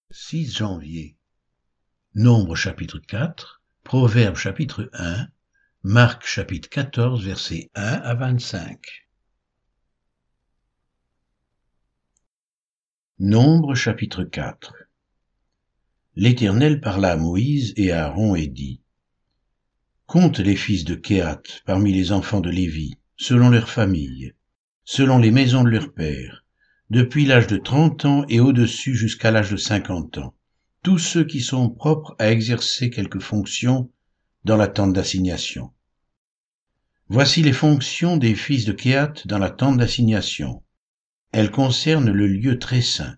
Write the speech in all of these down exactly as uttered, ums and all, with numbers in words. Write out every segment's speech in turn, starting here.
six janvier. Nombre chapitre quatre, Proverbes chapitre un, Marc chapitre quatorze, versets un à vingt-cinq. Nombre chapitre quatre. L'Éternel parla à Moïse et à Aaron et dit : Compte les fils de Kehath parmi les enfants de Lévi, selon leurs familles, selon les maisons de leurs pères, depuis l'âge de trente ans et au-dessus jusqu'à l'âge de cinquante ans, tous ceux qui sont propres à exercer quelque fonction dans la tente d'assignation. Voici les fonctions des fils de Kehath dans la tente d'assignation. Elles concernent le lieu très saint.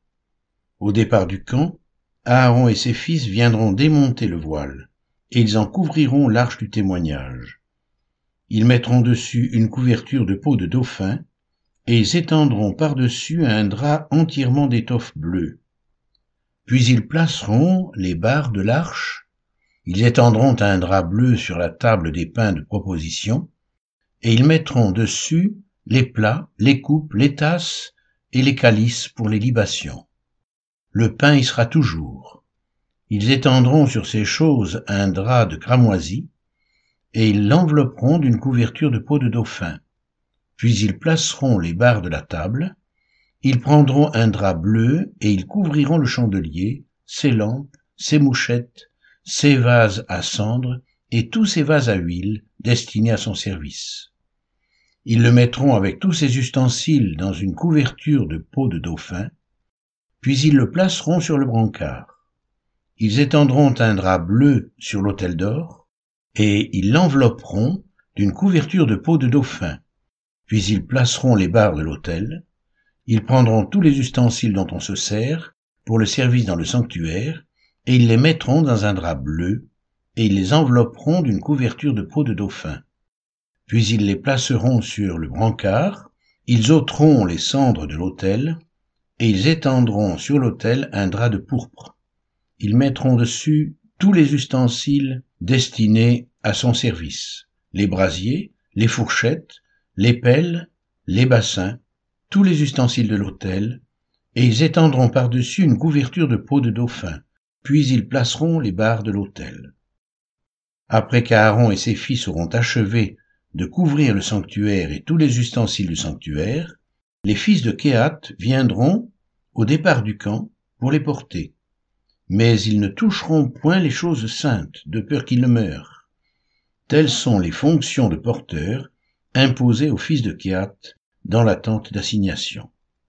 Au départ du camp, Aaron et ses fils viendront démonter le voile, et ils en couvriront l'arche du témoignage. Ils mettront dessus une couverture de peau de dauphin, et ils étendront par-dessus un drap entièrement d'étoffe bleue. Puis ils placeront les barres de l'arche, ils étendront un drap bleu sur la table des pains de proposition, et ils mettront dessus les plats, les coupes, les tasses et les calices pour les libations. Le pain y sera toujours. Ils étendront sur ces choses un drap de cramoisi, et ils l'envelopperont d'une couverture de peau de dauphin. Puis ils placeront les barres de la table, ils prendront un drap bleu et ils couvriront le chandelier, ses lampes, ses mouchettes, ses vases à cendre et tous ses vases à huile destinés à son service. Ils le mettront avec tous ses ustensiles dans une couverture de peau de dauphin, puis ils le placeront sur le brancard. Ils étendront un drap bleu sur l'autel d'or et ils l'envelopperont d'une couverture de peau de dauphin. Puis ils placeront les barres de l'autel, ils prendront tous les ustensiles dont on se sert pour le service dans le sanctuaire, et ils les mettront dans un drap bleu, et ils les envelopperont d'une couverture de peau de dauphin. Puis ils les placeront sur le brancard, ils ôteront les cendres de l'autel, et ils étendront sur l'autel un drap de pourpre. Ils mettront dessus tous les ustensiles destinés à son service, les brasiers, les fourchettes, les pelles, les bassins, tous les ustensiles de l'autel, et ils étendront par-dessus une couverture de peau de dauphin, puis ils placeront les barres de l'autel. Après qu'Aaron et ses fils auront achevé de couvrir le sanctuaire et tous les ustensiles du sanctuaire, les fils de Kehath viendront, au départ du camp, pour les porter. Mais ils ne toucheront point les choses saintes, de peur qu'ils ne meurent. Telles sont les fonctions de porteurs imposées aux fils de Kehath dans la tente d'assignation.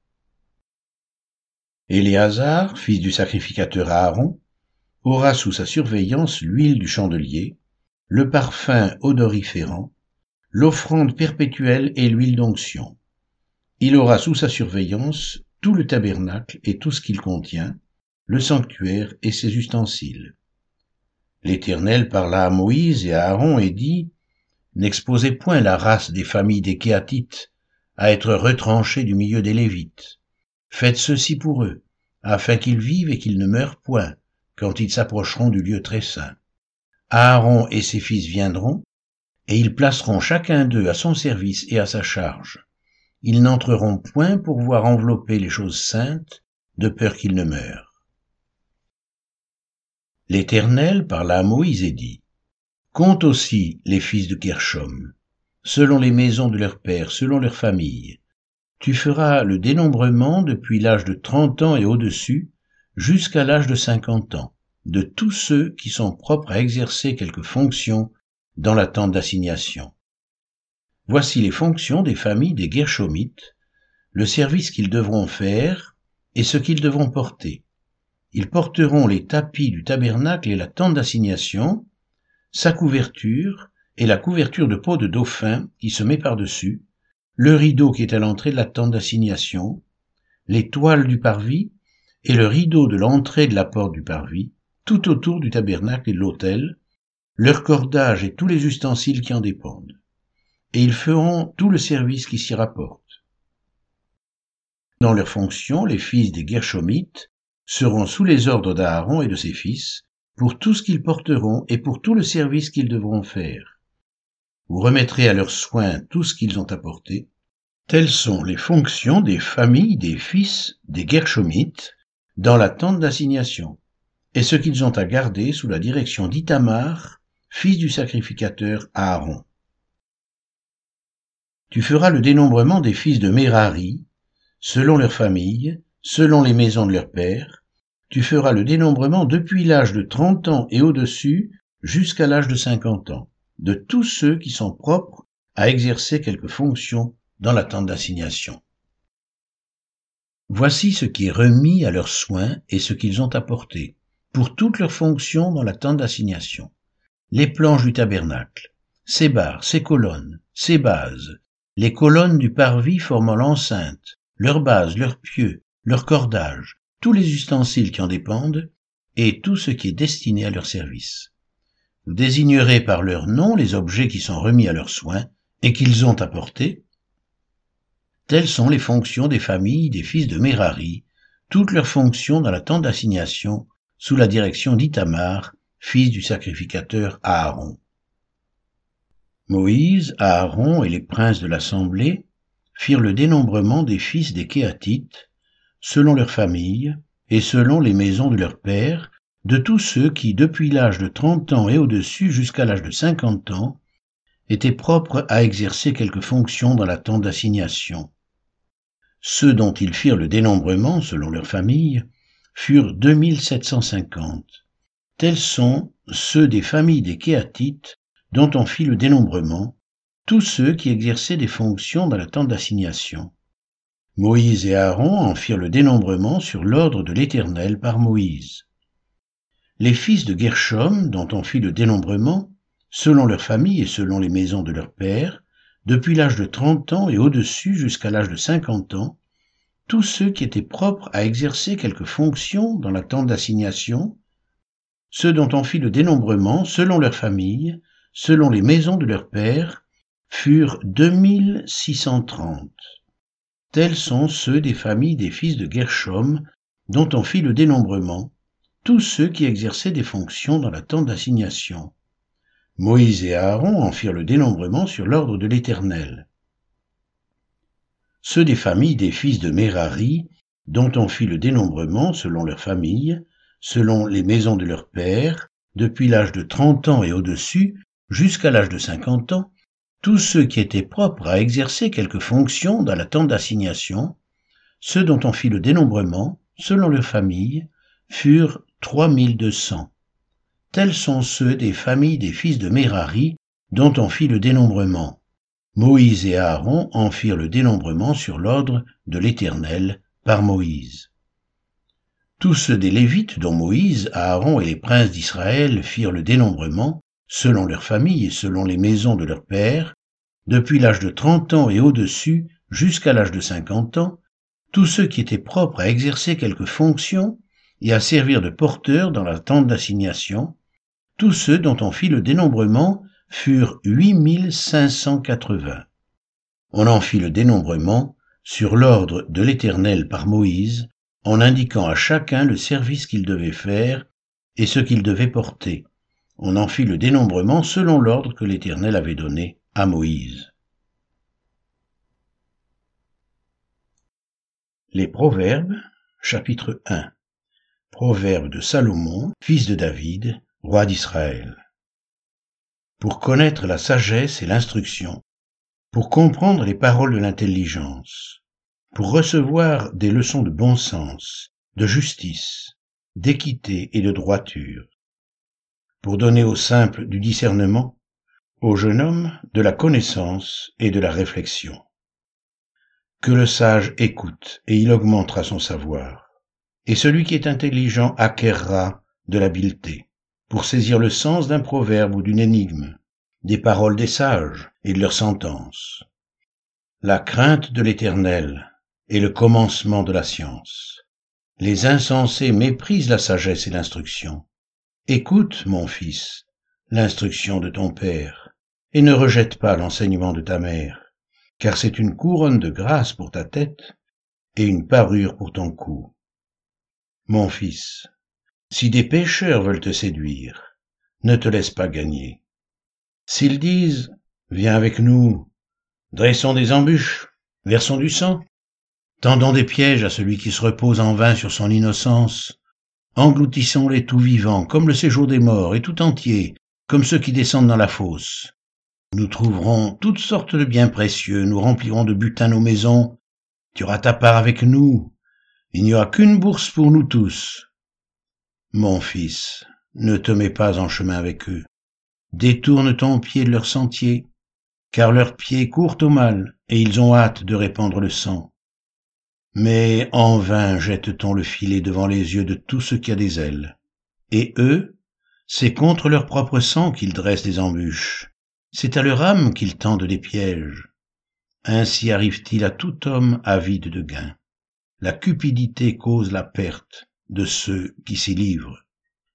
Éléazar, fils du sacrificateur Aaron, aura sous sa surveillance l'huile du chandelier, le parfum odoriférant, l'offrande perpétuelle et l'huile d'onction. Il aura sous sa surveillance tout le tabernacle et tout ce qu'il contient, le sanctuaire et ses ustensiles. L'Éternel parla à Moïse et à Aaron et dit : N'exposez point la race des familles des Kéhathites à être retranchée du milieu des Lévites. Faites ceci pour eux, afin qu'ils vivent et qu'ils ne meurent point, quand ils s'approcheront du lieu très saint. Aaron et ses fils viendront, et ils placeront chacun d'eux à son service et à sa charge. Ils n'entreront point pour voir envelopper les choses saintes, de peur qu'ils ne meurent. L'Éternel parla à Moïse et dit : Compte aussi les fils de Gershom, selon les maisons de leurs pères, selon leurs familles. Tu feras le dénombrement depuis l'âge de trente ans et au-dessus, jusqu'à l'âge de cinquante ans, de tous ceux qui sont propres à exercer quelque fonction dans la tente d'assignation. Voici les fonctions des familles des Gershomites, le service qu'ils devront faire et ce qu'ils devront porter. Ils porteront les tapis du tabernacle et la tente d'assignation, sa couverture et la couverture de peau de dauphin qui se met par-dessus, le rideau qui est à l'entrée de la tente d'assignation, les toiles du parvis et le rideau de l'entrée de la porte du parvis, tout autour du tabernacle et de l'autel, leur cordage et tous les ustensiles qui en dépendent. Et ils feront tout le service qui s'y rapporte. Dans leurs fonctions, les fils des Gershomites seront sous les ordres d'Aaron et de ses fils, pour tout ce qu'ils porteront et pour tout le service qu'ils devront faire. Vous remettrez à leurs soins tout ce qu'ils ont apporté. Telles sont les fonctions des familles des fils des Gershomites, dans la tente d'assignation, et ce qu'ils ont à garder sous la direction d'Ithamar, fils du sacrificateur Aaron. Tu feras le dénombrement des fils de Mérari, selon leurs familles, selon les maisons de leurs pères. Tu feras le dénombrement depuis l'âge de trente ans et au-dessus jusqu'à l'âge de cinquante ans, de tous ceux qui sont propres à exercer quelque fonction dans la tente d'assignation. Voici ce qui est remis à leurs soins et ce qu'ils ont apporté, pour toutes leurs fonctions dans la tente d'assignation. Les planches du tabernacle, ses barres, ses colonnes, ses bases, les colonnes du parvis formant l'enceinte, leurs bases, leurs pieux, leurs cordages, tous les ustensiles qui en dépendent, et tout ce qui est destiné à leur service. Vous désignerez par leur nom les objets qui sont remis à leurs soins et qu'ils ont apportés. Telles sont les fonctions des familles des fils de Mérari, toutes leurs fonctions dans la tente d'assignation, sous la direction d'Ithamar, fils du sacrificateur Aaron. Moïse, Aaron et les princes de l'assemblée firent le dénombrement des fils des Kéatites, selon leurs familles et selon les maisons de leurs pères, de tous ceux qui, depuis l'âge de trente ans et au-dessus jusqu'à l'âge de cinquante ans, étaient propres à exercer quelque fonction dans la tente d'assignation. Ceux dont ils firent le dénombrement, selon leurs familles, furent deux mille sept cent cinquante. Tels sont ceux des familles des Kéatites, dont on fit le dénombrement, tous ceux qui exerçaient des fonctions dans la tente d'assignation. Moïse et Aaron en firent le dénombrement sur l'ordre de l'Éternel par Moïse. Les fils de Gershom, dont on fit le dénombrement, selon leurs familles et selon les maisons de leurs pères, depuis l'âge de trente ans et au-dessus jusqu'à l'âge de cinquante ans, tous ceux qui étaient propres à exercer quelque fonction dans la tente d'assignation, ceux dont on fit le dénombrement selon leurs familles, selon les maisons de leurs pères, furent deux mille six cent trente. Tels sont ceux des familles des fils de Gershom, dont on fit le dénombrement, tous ceux qui exerçaient des fonctions dans la tente d'assignation. Moïse et Aaron en firent le dénombrement sur l'ordre de l'Éternel. Ceux des familles des fils de Mérari, dont on fit le dénombrement selon leurs familles, selon les maisons de leurs pères, depuis l'âge de trente ans et au-dessus, jusqu'à l'âge de cinquante ans, tous ceux qui étaient propres à exercer quelque fonction dans la tente d'assignation, ceux dont on fit le dénombrement, selon leurs familles, furent trois mille deux cents. Tels sont ceux des familles des fils de Mérari, dont on fit le dénombrement. Moïse et Aaron en firent le dénombrement sur l'ordre de l'Éternel par Moïse. Tous ceux des Lévites dont Moïse, Aaron et les princes d'Israël firent le dénombrement, selon leurs familles et selon les maisons de leurs pères, depuis l'âge de trente ans et au-dessus jusqu'à l'âge de cinquante ans, tous ceux qui étaient propres à exercer quelque fonction et à servir de porteurs dans la tente d'assignation, tous ceux dont on fit le dénombrement furent huit mille cinq cent quatre-vingts. On en fit le dénombrement sur l'ordre de l'Éternel par Moïse, en indiquant à chacun le service qu'il devait faire et ce qu'il devait porter. On en fit le dénombrement selon l'ordre que l'Éternel avait donné à Moïse. Les Proverbes, chapitre un. Proverbes de Salomon, fils de David, roi d'Israël. Pour connaître la sagesse et l'instruction, pour comprendre les paroles de l'intelligence, pour recevoir des leçons de bon sens, de justice, d'équité et de droiture, pour donner aux simples du discernement, au jeune homme de la connaissance et de la réflexion. Que le sage écoute et il augmentera son savoir, et celui qui est intelligent acquerra de l'habileté, pour saisir le sens d'un proverbe ou d'une énigme, des paroles des sages et de leurs sentences. La crainte de l'Éternel est le commencement de la science. Les insensés méprisent la sagesse et l'instruction. Écoute, mon fils, l'instruction de ton père, et ne rejette pas l'enseignement de ta mère, car c'est une couronne de grâce pour ta tête et une parure pour ton cou. Mon fils, si des pécheurs veulent te séduire, ne te laisse pas gagner. S'ils disent « Viens avec nous, dressons des embûches, versons du sang », Tendons des pièges à celui qui se repose en vain sur son innocence. Engloutissons-les tout vivants, comme le séjour des morts, et tout entiers, comme ceux qui descendent dans la fosse. Nous trouverons toutes sortes de biens précieux, nous remplirons de butin nos maisons. Tu auras ta part avec nous. Il n'y aura qu'une bourse pour nous tous. Mon fils, ne te mets pas en chemin avec eux. Détourne ton pied de leur sentier, car leurs pieds courent au mal, et ils ont hâte de répandre le sang. Mais en vain jette-t-on le filet devant les yeux de tout ce qui a des ailes. Et eux, c'est contre leur propre sang qu'ils dressent des embûches. C'est à leur âme qu'ils tendent des pièges. Ainsi arrive-t-il à tout homme avide de gain. La cupidité cause la perte de ceux qui s'y livrent.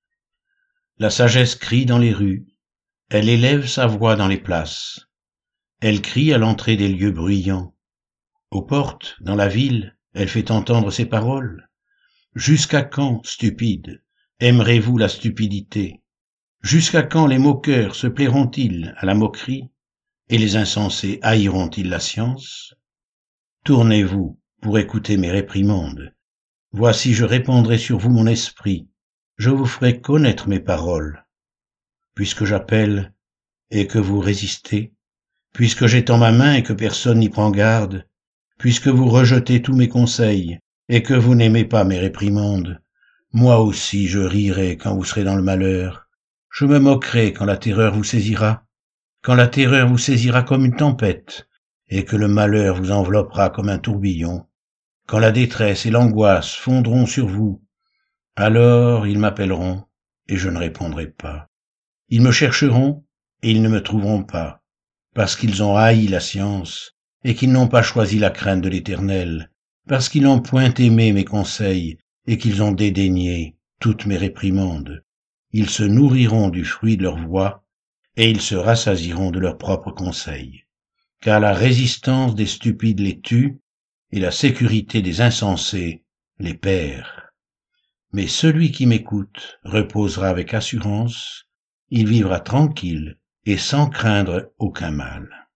La sagesse crie dans les rues, elle élève sa voix dans les places. Elle crie à l'entrée des lieux bruyants. Aux portes, dans la ville, elle fait entendre ses paroles. Jusqu'à quand, stupides, aimerez-vous la stupidité? Jusqu'à quand les moqueurs se plairont-ils à la moquerie, et les insensés haïront-ils la science? Tournez-vous pour écouter mes réprimandes. Voici je répandrai sur vous mon esprit, je vous ferai connaître mes paroles. Puisque j'appelle et que vous résistez, puisque j'étends ma main et que personne n'y prend garde, puisque vous rejetez tous mes conseils et que vous n'aimez pas mes réprimandes, moi aussi je rirai quand vous serez dans le malheur, je me moquerai quand la terreur vous saisira, quand la terreur vous saisira comme une tempête et que le malheur vous enveloppera comme un tourbillon, quand la détresse et l'angoisse fondront sur vous, alors ils m'appelleront et je ne répondrai pas. Ils me chercheront et ils ne me trouveront pas, parce qu'ils ont haï la science et qu'ils n'ont pas choisi la crainte de l'Éternel, parce qu'ils n'ont point aimé mes conseils et qu'ils ont dédaigné toutes mes réprimandes. Ils se nourriront du fruit de leur voix et ils se rassasieront de leurs propres conseils. Car la résistance des stupides les tue et la sécurité des insensés les perd. Mais celui qui m'écoute reposera avec assurance, il vivra tranquille et sans craindre aucun mal.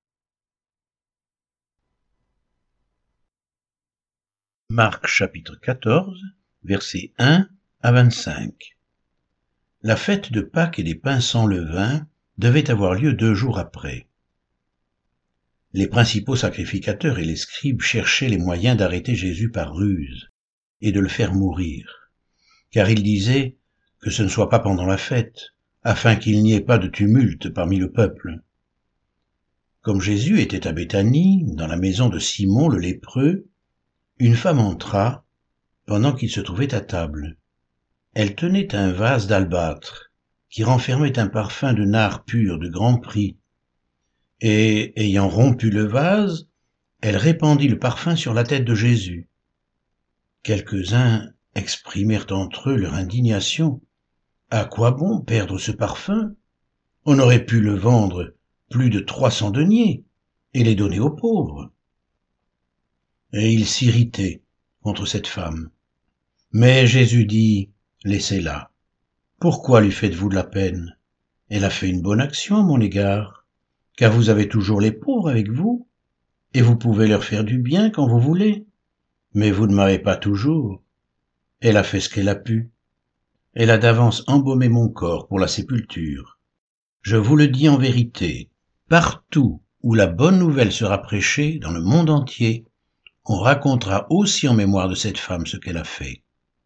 Marc chapitre quatorze, versets un à vingt-cinq. La fête de Pâques et des pains sans levain devait avoir lieu deux jours après. Les principaux sacrificateurs et les scribes cherchaient les moyens d'arrêter Jésus par ruse et de le faire mourir, car ils disaient que ce ne soit pas pendant la fête, afin qu'il n'y ait pas de tumulte parmi le peuple. Comme Jésus était à Béthanie, dans la maison de Simon le lépreux, une femme entra pendant qu'il se trouvait à table. Elle tenait un vase d'albâtre qui renfermait un parfum de nard pur de grand prix, et, ayant rompu le vase, elle répandit le parfum sur la tête de Jésus. Quelques-uns exprimèrent entre eux leur indignation. À quoi bon perdre ce parfum? On aurait pu le vendre plus de trois cents deniers et les donner aux pauvres. Et ils s'irritaient contre cette femme. Mais Jésus dit, laissez-la. Pourquoi lui faites-vous de la peine? Elle a fait une bonne action à mon égard, car vous avez toujours les pauvres avec vous, et vous pouvez leur faire du bien quand vous voulez. Mais vous ne m'avez pas toujours. Elle a fait ce qu'elle a pu. Elle a d'avance embaumé mon corps pour la sépulture. Je vous le dis en vérité, partout où la bonne nouvelle sera prêchée dans le monde entier, on racontera aussi en mémoire de cette femme ce qu'elle a fait.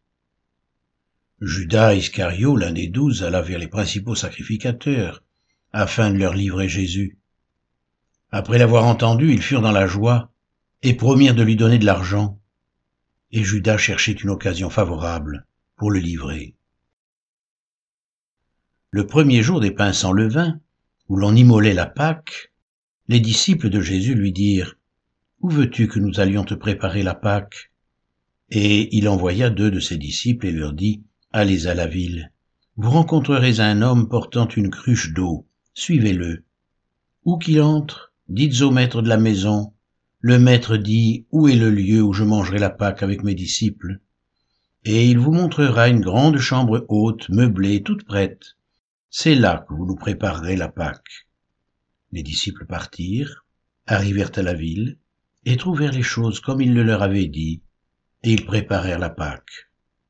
Judas Iscario, l'un des douze, alla vers les principaux sacrificateurs, afin de leur livrer Jésus. Après l'avoir entendu, ils furent dans la joie, et promirent de lui donner de l'argent. Et Judas cherchait une occasion favorable pour le livrer. Le premier jour des pains sans levain, où l'on immolait la Pâque, les disciples de Jésus lui dirent « Où veux-tu que nous allions te préparer la Pâque ?» Et il envoya deux de ses disciples et leur dit « Allez à la ville. Vous rencontrerez un homme portant une cruche d'eau. Suivez-le. Où qu'il entre, dites au maître de la maison. Le maître dit « Où est le lieu où je mangerai la Pâque avec mes disciples ?» Et il vous montrera une grande chambre haute, meublée, toute prête. C'est là que vous nous préparerez la Pâque. Les disciples partirent, arrivèrent à la ville, et trouvèrent les choses comme il le leur avait dit, et ils préparèrent la Pâque.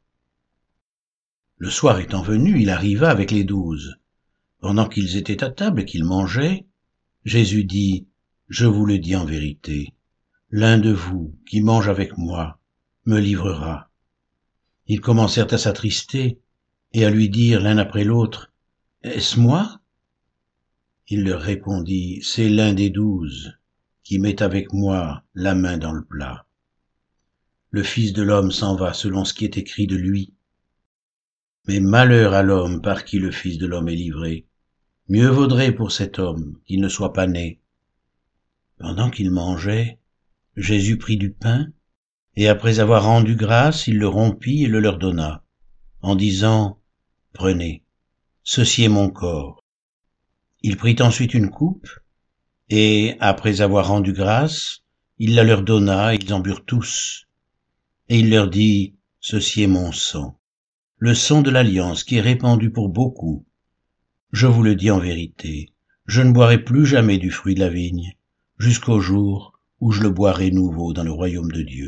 Le soir étant venu, il arriva avec les douze. Pendant qu'ils étaient à table et qu'ils mangeaient, Jésus dit, « Je vous le dis en vérité, l'un de vous qui mange avec moi me livrera. » Ils commencèrent à s'attrister et à lui dire l'un après l'autre, « Est-ce moi ?» Il leur répondit, « C'est l'un des douze qui met avec moi la main dans le plat. Le Fils de l'homme s'en va selon ce qui est écrit de lui. Mais malheur à l'homme par qui le Fils de l'homme est livré. Mieux vaudrait pour cet homme qu'il ne soit pas né. » Pendant qu'ils mangeaient, Jésus prit du pain, et après avoir rendu grâce, il le rompit et le leur donna, en disant, « Prenez, ceci est mon corps. » Il prit ensuite une coupe, et après avoir rendu grâce, il la leur donna, et ils en burent tous. Et il leur dit, « Ceci est mon sang, le sang de l'alliance qui est répandu pour beaucoup. Je vous le dis en vérité, je ne boirai plus jamais du fruit de la vigne, jusqu'au jour où je le boirai nouveau dans le royaume de Dieu. »